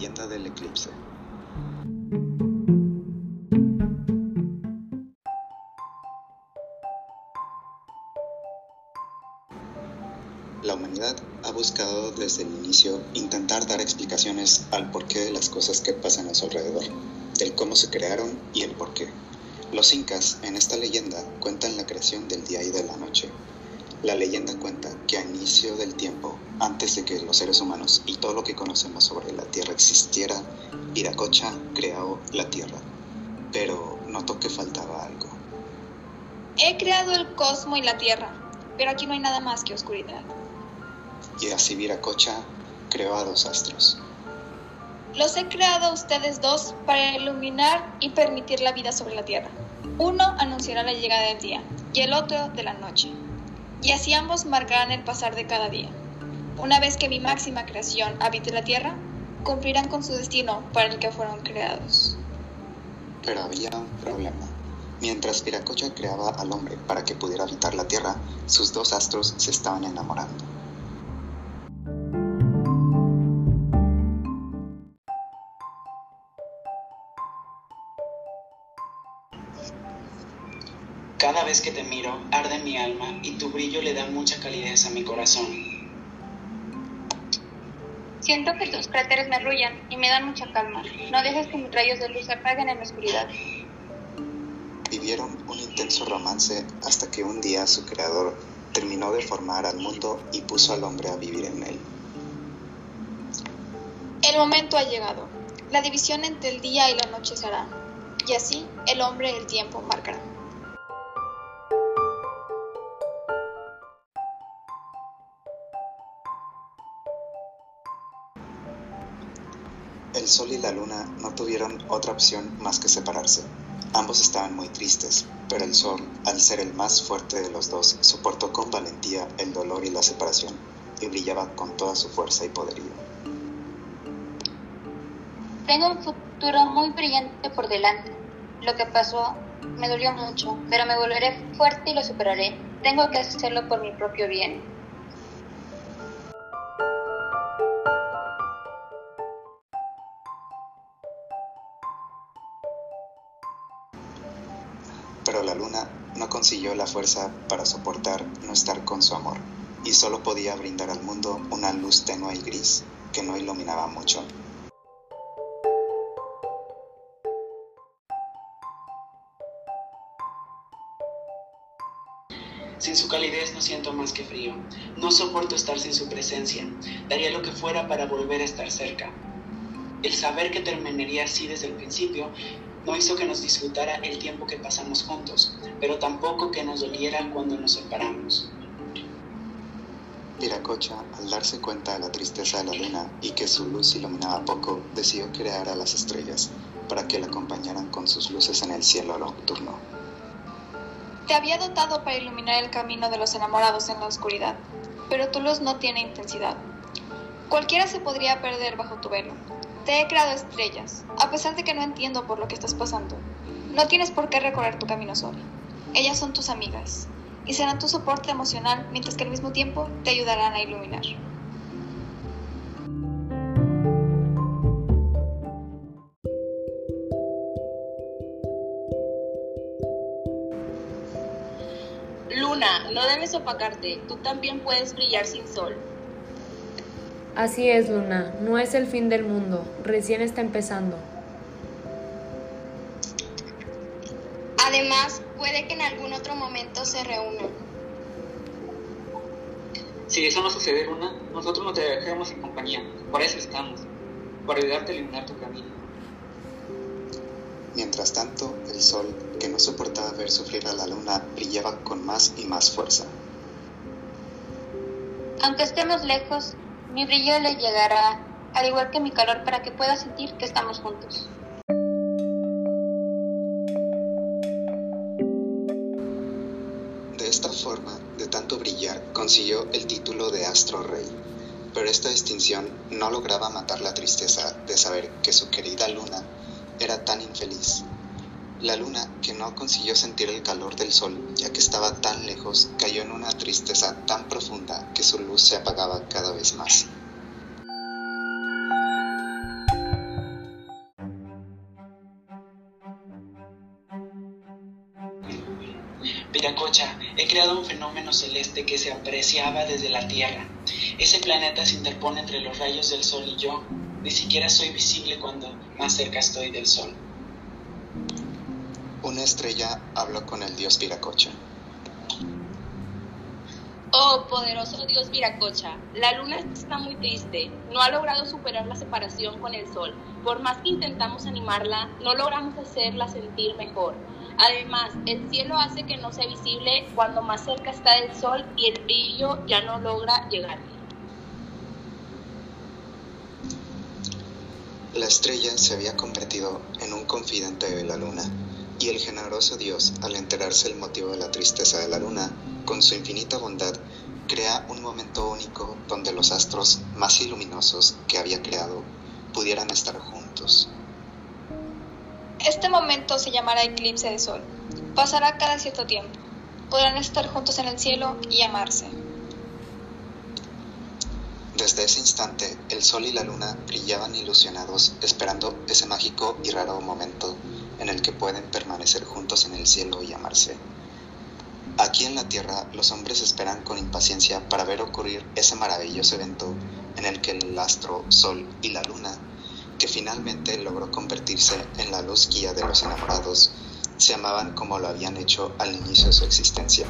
leyenda del eclipse. La humanidad ha buscado desde el inicio intentar dar explicaciones al porqué de las cosas que pasan a su alrededor, del cómo se crearon y el porqué. Los incas, en esta leyenda, cuentan la creación del día y de la noche. La leyenda cuenta que a inicio del tiempo, antes de que los seres humanos y todo lo que conocemos sobre la Tierra existiera, Viracocha creó la Tierra. Pero notó que faltaba algo. He creado el cosmos y la Tierra, pero aquí no hay nada más que oscuridad. Y así Viracocha creó a dos astros. Los he creado a ustedes dos para iluminar y permitir la vida sobre la Tierra. Uno anunciará la llegada del día y el otro de la noche. Y así ambos marcarán el pasar de cada día. Una vez que mi máxima creación habite la Tierra, cumplirán con su destino para el que fueron creados. Pero había un problema. Mientras Viracocha creaba al hombre para que pudiera habitar la Tierra, sus dos astros se estaban enamorando. Cada vez que te miro, arde mi alma y tu brillo le da mucha calidez a mi corazón. Siento que tus cráteres me arrullan y me dan mucha calma. No dejes que mis rayos de luz se apaguen en la oscuridad. Vivieron un intenso romance hasta que un día su creador terminó de formar al mundo y puso al hombre a vivir en él. El momento ha llegado. La división entre el día y la noche se hará. Y así el hombre y el tiempo marcarán. El sol y la luna no tuvieron otra opción más que separarse. Ambos estaban muy tristes, pero el sol, al ser el más fuerte de los dos, soportó con valentía el dolor y la separación, y brillaba con toda su fuerza y poderío. Tengo un futuro muy brillante por delante. Lo que pasó me dolió mucho, pero me volveré fuerte y lo superaré. Tengo que hacerlo por mi propio bien. Pero la luna no consiguió la fuerza para soportar no estar con su amor, y solo podía brindar al mundo una luz tenue y gris que no iluminaba mucho. Sin su calidez no siento más que frío. No soporto estar sin su presencia. Daría lo que fuera para volver a estar cerca. El saber que terminaría así desde el principio no hizo que nos disfrutara el tiempo que pasamos juntos, pero tampoco que nos doliera cuando nos separamos. Viracocha, al darse cuenta de la tristeza de la luna y que su luz iluminaba poco, decidió crear a las estrellas para que la acompañaran con sus luces en el cielo nocturno. Te había dotado para iluminar el camino de los enamorados en la oscuridad, pero tu luz no tiene intensidad. Cualquiera se podría perder bajo tu velo. Te he creado estrellas, a pesar de que no entiendo por lo que estás pasando. No tienes por qué recorrer tu camino sola. Ellas son tus amigas, y serán tu soporte emocional mientras que al mismo tiempo te ayudarán a iluminar. Luna, no debes opacarte, tú también puedes brillar sin sol. Así es, Luna, no es el fin del mundo, recién está empezando. Además, puede que en algún otro momento se reúnan. Si eso no sucede, Luna, nosotros no te dejemos sin compañía, por eso estamos, para ayudarte a iluminar tu camino. Mientras tanto, el sol, que no soportaba ver sufrir a la luna, brillaba con más y más fuerza. Aunque estemos lejos, mi brillo le llegará, al igual que mi calor, para que pueda sentir que estamos juntos. De esta forma, de tanto brillar, consiguió el título de Astro Rey. Pero esta distinción no lograba matar la tristeza de saber que su querida luna era tan infeliz. La luna, que no consiguió sentir el calor del sol, ya que estaba tan lejos, cayó en una tristeza tan profunda que su luz se apagaba cada vez más. Viracocha, he creado un fenómeno celeste que se apreciaba desde la Tierra. Ese planeta se interpone entre los rayos del Sol y yo. Ni siquiera soy visible cuando más cerca estoy del Sol. Una estrella habló con el dios Viracocha. Oh, poderoso dios Viracocha, la luna está muy triste, no ha logrado superar la separación con el sol. Por más que intentamos animarla, no logramos hacerla sentir mejor. Además, el cielo hace que no sea visible cuando más cerca está del sol y el brillo ya no logra llegarle. La estrella se había convertido en un confidente de la luna, y el generoso dios, al enterarse el motivo de la tristeza de la luna, con su infinita bondad, crea un momento único donde los astros más iluminosos que había creado pudieran estar juntos. Este momento se llamará eclipse de sol. Pasará cada cierto tiempo. Podrán estar juntos en el cielo y amarse. Desde ese instante, el sol y la luna brillaban ilusionados, esperando ese mágico y raro momento en el que pueden permanecer juntos en el cielo y amarse. Aquí en la Tierra, los hombres esperan con impaciencia para ver ocurrir ese maravilloso evento en el que el astro, sol y la luna, que finalmente logró convertirse en la luz guía de los enamorados, se amaban como lo habían hecho al inicio de su existencia.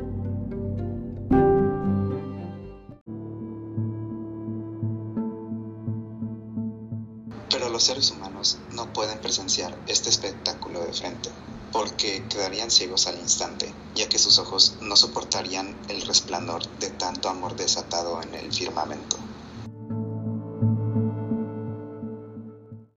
Pero los seres humanos no pueden presenciar este espectáculo de frente, porque quedarían ciegos al instante, ya que sus ojos no soportarían el resplandor de tanto amor desatado en el firmamento.